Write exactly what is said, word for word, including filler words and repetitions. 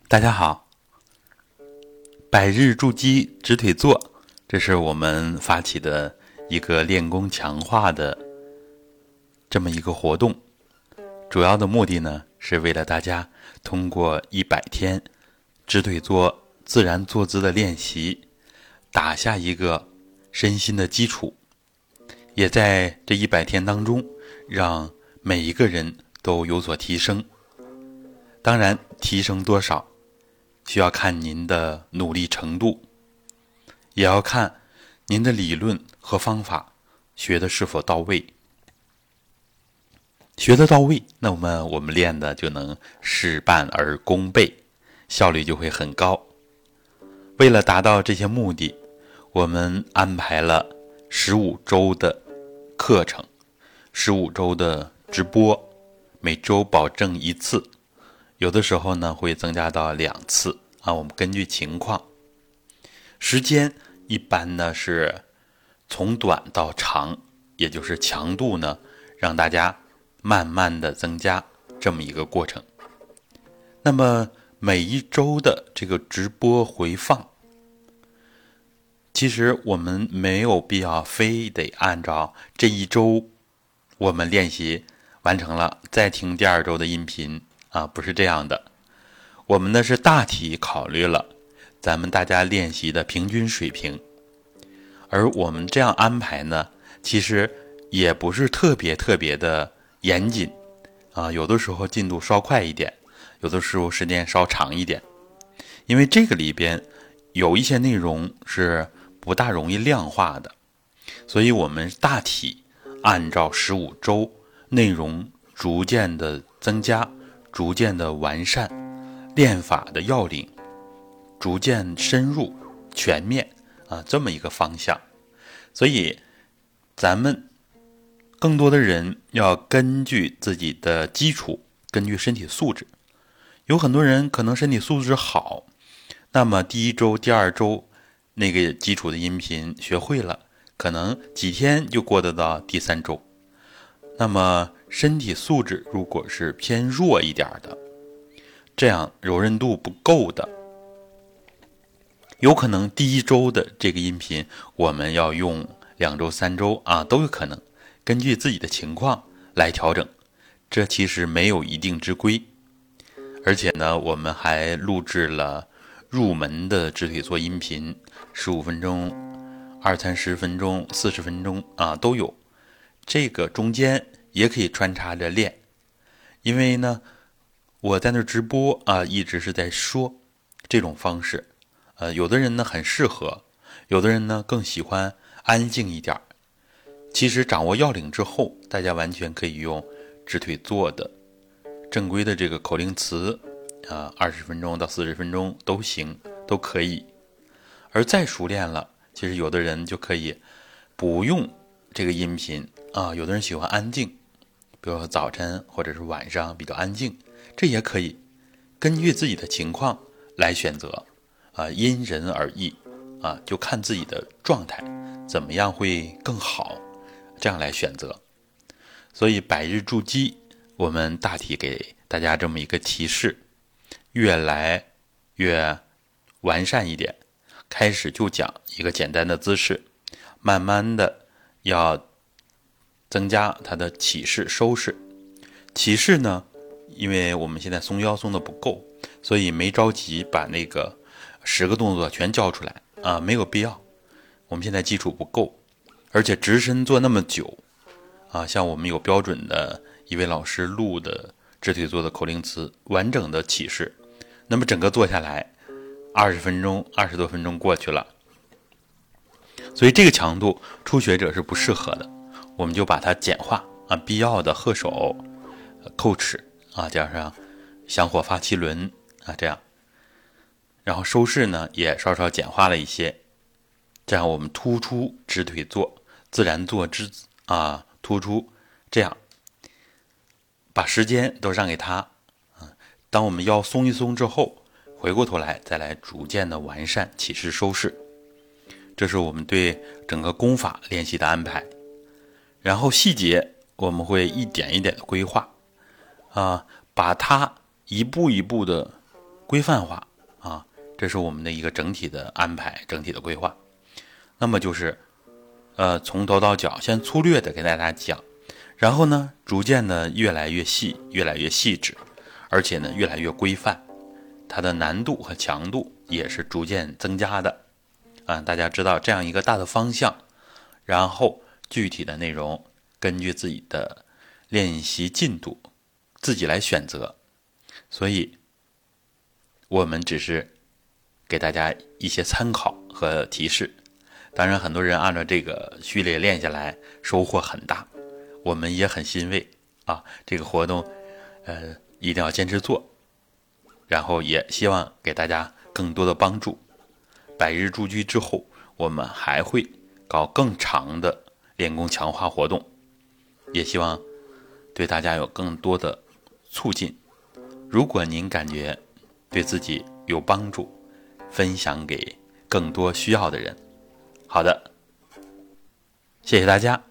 大家好，百日筑基直腿坐，这是我们发起的一个练功强化的这么一个活动。主要的目的呢，是为了大家通过一百天直腿坐自然坐姿的练习，打下一个身心的基础，也在这一百天当中，让每一个人都有所提升。当然，提升多少需要看您的努力程度，也要看您的理论和方法学的是否到位。学得到位，那么我们练的就能事半而功倍，效率就会很高。为了达到这些目的，我们安排了十五周的课程，十五周的直播，每周保证一次，有的时候呢会增加到两次啊，我们根据情况。时间一般呢是从短到长，也就是强度呢让大家慢慢的增加这么一个过程。那么每一周的这个直播回放，其实我们没有必要非得按照这一周我们练习完成了再听第二周的音频啊，不是这样的。我们呢是大体考虑了咱们大家练习的平均水平，而我们这样安排呢，其实也不是特别特别的严谨啊，有的时候进度稍快一点，有的时候时间稍长一点，因为这个里边有一些内容是不大容易量化的，所以我们大体按照十五周内容逐渐的增加，逐渐的完善，练法的要领逐渐深入全面啊，这么一个方向。所以咱们更多的人要根据自己的基础，根据身体素质。有很多人可能身体素质好，那么第一周第二周那个基础的音频学会了，可能几天就过得到第三周。那么身体素质如果是偏弱一点的，这样柔韧度不够的，有可能第一周的这个音频我们要用两周三周啊，都有可能，根据自己的情况来调整，这其实没有一定之规。而且呢，我们还录制了入门的直腿坐音频，十五分钟、二三十分钟、四十分钟啊都有。这个中间也可以穿插着练，因为呢，我在那直播啊，一直是在说这种方式。呃，有的人呢很适合，有的人呢更喜欢安静一点。其实掌握要领之后，大家完全可以用直腿坐的正规的这个口令词啊，二十分钟到四十分钟都行，都可以。而再熟练了，其实有的人就可以不用这个音频啊，有的人喜欢安静，比如说早晨或者是晚上比较安静，这也可以根据自己的情况来选择啊，因人而异啊，就看自己的状态怎么样会更好，这样来选择。所以百日筑基，我们大体给大家这么一个提示，越来越完善一点。开始就讲一个简单的姿势，慢慢的要增加它的起势收势。起势呢，因为我们现在松腰松的不够，所以没着急把那个十个动作全教出来啊，没有必要。我们现在基础不够，而且直身做那么久啊，像我们有标准的一位老师录的直腿坐的口令词，完整的起势，那么整个做下来二十分钟二十多分钟过去了，所以这个强度初学者是不适合的，我们就把它简化啊，必要的鹤手、扣齿啊，加上降火发七轮啊，这样，然后收势呢也稍稍简化了一些，这样我们突出直腿坐自然坐姿啊，突出，这样把时间都让给他。当我们腰松一松之后，回过头来再来逐渐的完善起势收势，这是我们对整个功法练习的安排。然后细节我们会一点一点的规划啊，把它一步一步的规范化啊，这是我们的一个整体的安排，整体的规划。那么就是呃，从头到脚先粗略的给大家讲，然后呢逐渐的越来越细，越来越细致，而且呢越来越规范，它的难度和强度也是逐渐增加的啊。大家知道这样一个大的方向，然后具体的内容根据自己的练习进度自己来选择，所以我们只是给大家一些参考和提示。当然很多人按照这个序列练下来收获很大，我们也很欣慰啊。这个活动呃一定要坚持做，然后也希望给大家更多的帮助。百日筑基之后，我们还会搞更长的练功强化活动，也希望对大家有更多的促进。如果您感觉对自己有帮助，分享给更多需要的人。好的，谢谢大家。